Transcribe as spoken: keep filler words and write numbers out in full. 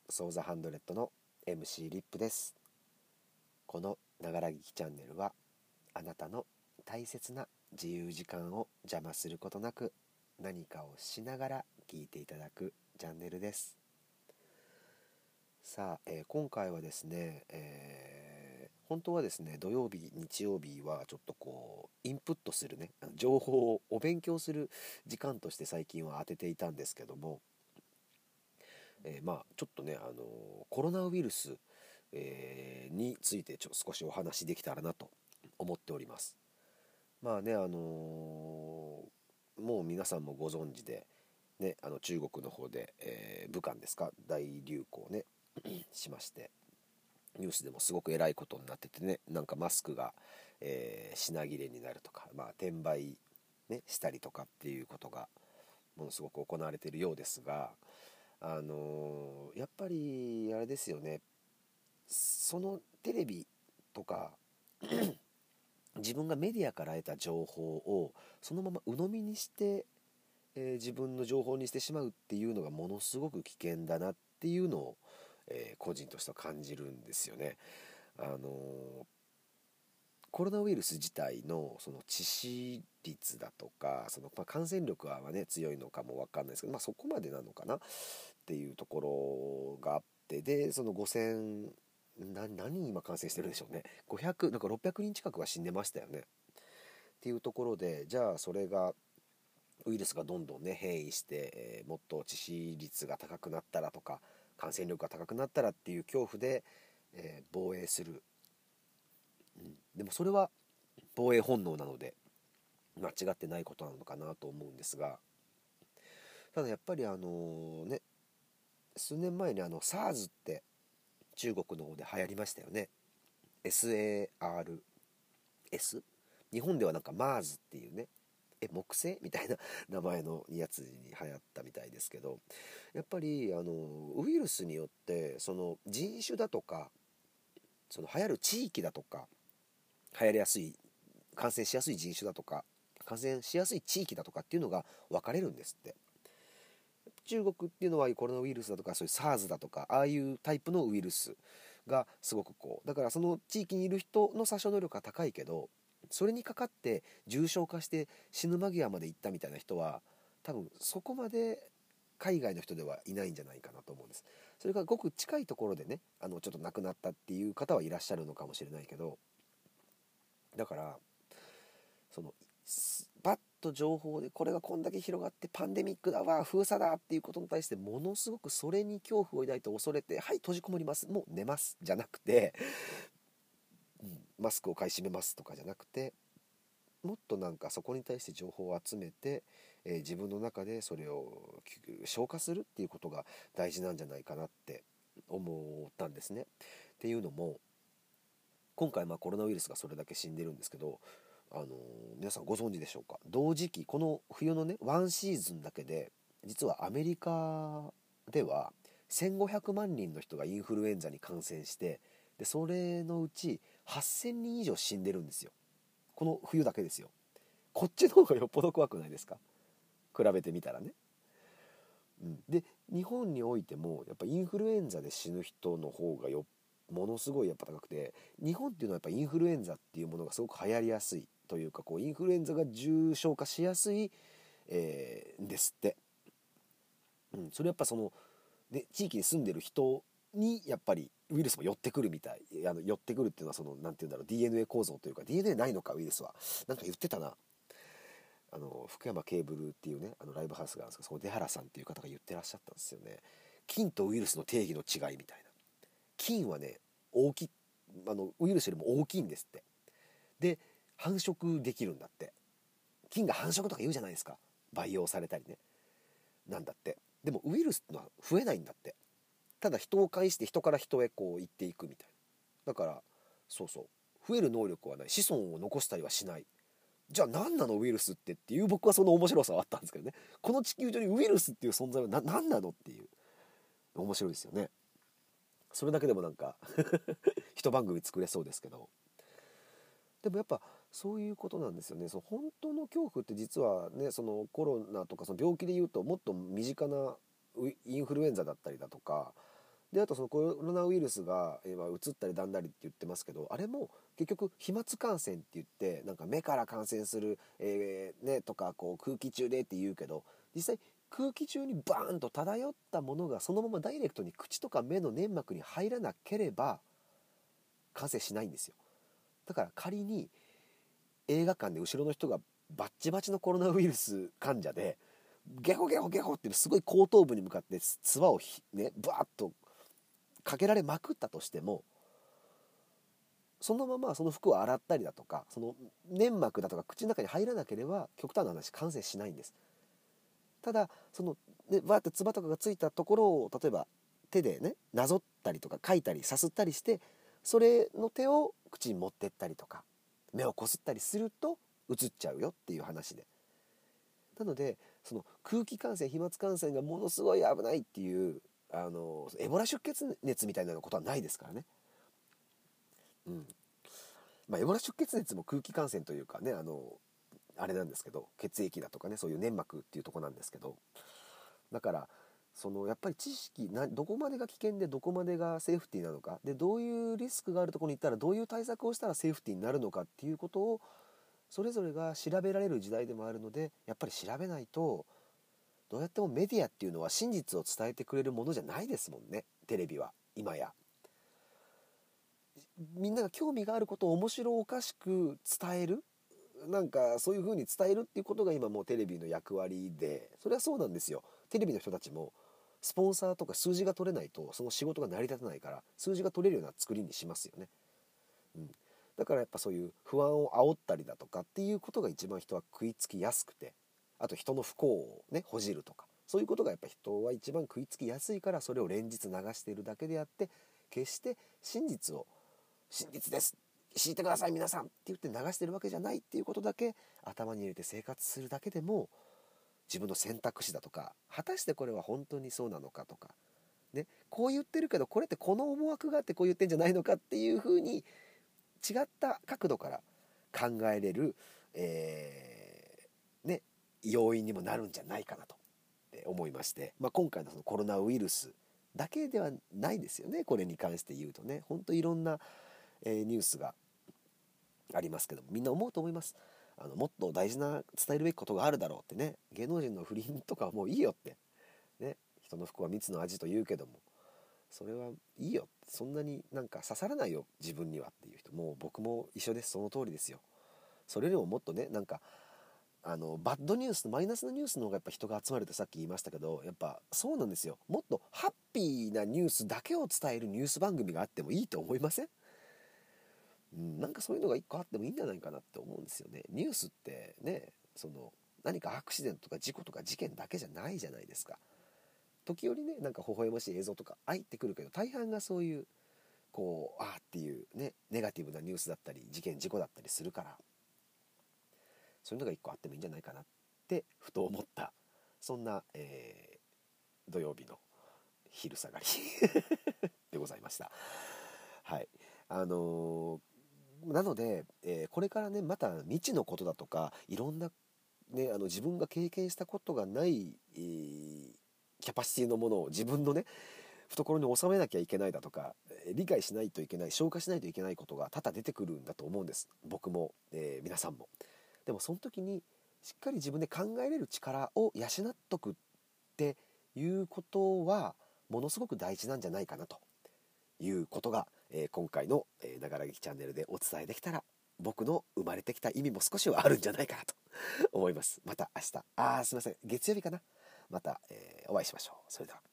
ソーザハンドレッドの エムシー リップです。このながら聞きチャンネルはあなたの大切な自由時間を邪魔することなく何かをしながら聞いていただくチャンネルです。さあ、えー今回はですね、えー本当はですね土曜日日曜日はちょっとこうインプットするね情報をお勉強する時間として最近は当てていたんですけども、えーまあちょっとね、あのーコロナウイルス、えーについてちょ少しお話できたらなと思っております。まあね、あのーもう皆さんもご存知で、ね、あの中国の方で、えー武漢ですか、大流行ねしまして、ニュースでもすごくえらいことになっててね、なんかマスクが、えー品切れになるとか、まあ、転売、ね、したりとかっていうことがものすごく行われているようですが、あのーやっぱりあれですよね、そのテレビとか自分がメディアから得た情報をそのまま鵜呑みにして、えー自分の情報にしてしまうっていうのがものすごく危険だなっていうのを、えー個人としては感じるんですよね。あのーコロナウイルス自体のその致死率だとかその、まあ、感染力はね強いのかも分かんないですけど、まあ、そこまでなのかなっていうところがあって、でそのごせんな何人今感染してるんでしょうね、ごひゃくなんかろっぴゃくにん近くは死んでましたよねっていうところで、じゃあそれがウイルスがどんどんね変異して、えーもっと致死率が高くなったらとか感染力が高くなったらっていう恐怖で、えー防衛する、うん、でもそれは防衛本能なので間違ってないことなのかなと思うんですが、ただやっぱりあのね数年前にあの SARS って中国の方で流行りましたよね。 SARS、 日本ではなんか MERS っていうね、え木星みたいな名前のやつに流行ったみたいですけど、やっぱりあのウイルスによってその人種だとかその流行る地域だとか流行りやすい感染しやすい人種だとか感染しやすい地域だとかっていうのが分かれるんですって。中国っていうのはコロナウイルスだとかそういう SARS だとかああいうタイプのウイルスがすごくこうだからその地域にいる人の殺傷能力が高いけどそれにかかって重症化して死ぬ間際まで行ったみたいな人は多分そこまで海外の人ではいないんじゃないかなと思うんです。それがごく近いところでねあのちょっと亡くなったっていう方はいらっしゃるのかもしれないけど、だからそのバッと情報でこれがこんだけ広がってパンデミックだわ封鎖だっていうことに対してものすごくそれに恐怖を抱いて恐れてはい閉じこもりますもう寝ますじゃなくて、うん、マスクを買い占めますとかじゃなくて、もっとなんかそこに対して情報を集めて、えー自分の中でそれを消化するっていうことが大事なんじゃないかなって思ったんですね。っていうのも今回まあコロナウイルスがそれだけ死んでるんですけど、あのー皆さんご存知でしょうか。同時期この冬のねワンシーズンだけで実はアメリカではせんごひゃくまん人の人がインフルエンザに感染して、でそれのうちはっせんにん以上死んでるんですよ。この冬だけですよ。こっちの方がよっぽど怖くないですか、比べてみたらね。うん、で日本においてもやっぱインフルエンザで死ぬ人の方がよものすごいやっぱ高くて、日本っていうのはやっぱインフルエンザっていうものがすごく流行りやすいというかこうインフルエンザが重症化しやすい、えーんですって。うん、それやっぱその、ね、地域に住んでる人にやっぱりウイルスも寄ってくるみたい、あの寄ってくるっていうのはそのなんていうんだろう ディーエヌエー 構造というか ディーエヌエー ないのかウイルスはなんか言ってたな。あの福山ケーブルっていうねあのライブハウスがあるんですけど、その出原さんっていう方が言ってらっしゃったんですよね。菌とウイルスの定義の違いみたいな。菌はね大きい、あのウイルスよりも大きいんですって。で繁殖できるんだって。菌が繁殖とか言うじゃないですか、培養されたりね、なんだって。でもウイルスってのは増えないんだって。ただ人を介して人から人へこう行っていくみたいな。だからそうそう、増える能力はない、子孫を残したりはしない。じゃあ何なのウイルスってっていう僕はその面白さはあったんですけどね。この地球上にウイルスっていう存在はな何なのっていう面白いですよね。それだけでもなんか一番組作れそうですけど、でもやっぱそういうことなんですよね。その本当の恐怖って実はねそのコロナとかその病気で言うともっと身近なウイインフルエンザだったりだとかであとそのコロナウイルスが今移ったりだんだりって言ってますけど、あれも結局飛沫感染って言ってなんか目から感染する、えー、ねとかこう空気中でって言うけど、実際空気中にバーンと漂ったものがそのままダイレクトに口とか目の粘膜に入らなければ感染しないんですよ。だから仮に映画館で後ろの人がバッチバチのコロナウイルス患者でゲホゲホゲホってすごい後頭部に向かって唾をねバーッとかけられまくったとしても、そのままその服を洗ったりだとか、その粘膜だとか口の中に入らなければ極端な話感染しないんです。ただそのねバーって唾とかがついたところを例えば手でねなぞったりとかかいたりさすったりして、それの手を口に持ってったりとか目をこすったりするとうつっちゃうよっていう話で、なのでその空気感染飛沫感染がものすごい危ないっていうあのエボラ出血熱みたいなことはないですからね。うんまあ、エボラ出血熱も空気感染というかね、あのあれなんですけど、血液だとかねそういう粘膜っていうとこなんですけど、だからそのやっぱり知識などこまでが危険でどこまでがセーフティーなのかで、どういうリスクがあるところに行ったらどういう対策をしたらセーフティーになるのかっていうことをそれぞれが調べられる時代でもあるので、やっぱり調べないとどうやってもメディアっていうのは真実を伝えてくれるものじゃないですもんね。テレビは今やみんなが興味があることを面白おかしく伝える、なんかそういう風に伝えるっていうことが今もうテレビの役割で、それはそうなんですよ。テレビの人たちもスポンサーとか数字が取れないとその仕事が成り立たないから、数字が取れるような作りにしますよね。うん、だからやっぱそういう不安を煽ったりだとかっていうことが一番人は食いつきやすくて、あと人の不幸をねほじるとか、そういうことがやっぱ人は一番食いつきやすいから、それを連日流しているだけであって、決して真実を真実です知ってください皆さんって言って流してるわけじゃないっていうことだけ頭に入れて生活するだけでも、自分の選択肢だとか、果たしてこれは本当にそうなのかとかね、こう言ってるけどこれってこの思惑があってこう言ってんじゃないのかっていう風に違った角度から考えれる、えーね、要因にもなるんじゃないかなと思いまして、まあ、今回のそのコロナウイルスだけではないですよね。これに関して言うとね、本当いろんな、えーニュースがありますけども、みんな思うと思います。あのもっと大事な伝えるべきことがあるだろうってね、芸能人の不倫とかはもういいよってね、人の服は蜜の味と言うけども、それはいいよ、そんなになんか刺さらないよ自分にはっていう人、もう僕も一緒です。その通りですよ。それよりももっとね、なんかあのバッドニュース、マイナスのニュースの方がやっぱ人が集まるってさっき言いましたけど、やっぱそうなんですよ。もっとハッピーなニュースだけを伝えるニュース番組があってもいいと思いません？うん、なんかそういうのが一個あってもいいんじゃないかなって思うんですよね。ニュースってね、その何かアクシデントとか事故とか事件だけじゃないじゃないですか。時折ね、なんか微笑ましい映像とか入ってくるけど、大半がそういうこうあーっていうねネガティブなニュースだったり事件事故だったりするから、そういうのが一個あってもいいんじゃないかなってふと思った、そんな、えー土曜日の昼下がりでございました。はい、あのーなので、えーこれからねまた未知のことだとかいろんな、ね、あの自分が経験したことがない、えーキャパシティのものを自分のね懐に収めなきゃいけないだとか、えー理解しないといけない、消化しないといけないことが多々出てくるんだと思うんです。僕も、えー皆さんも。でもその時にしっかり自分で考えれる力を養っとくっていうことはものすごく大事なんじゃないかなということが、えー今回のながら劇チャンネルでお伝えできたら、僕の生まれてきた意味も少しはあるんじゃないかなと思います。また明日、あーすいません、月曜日かな、また、えーお会いしましょう。それでは。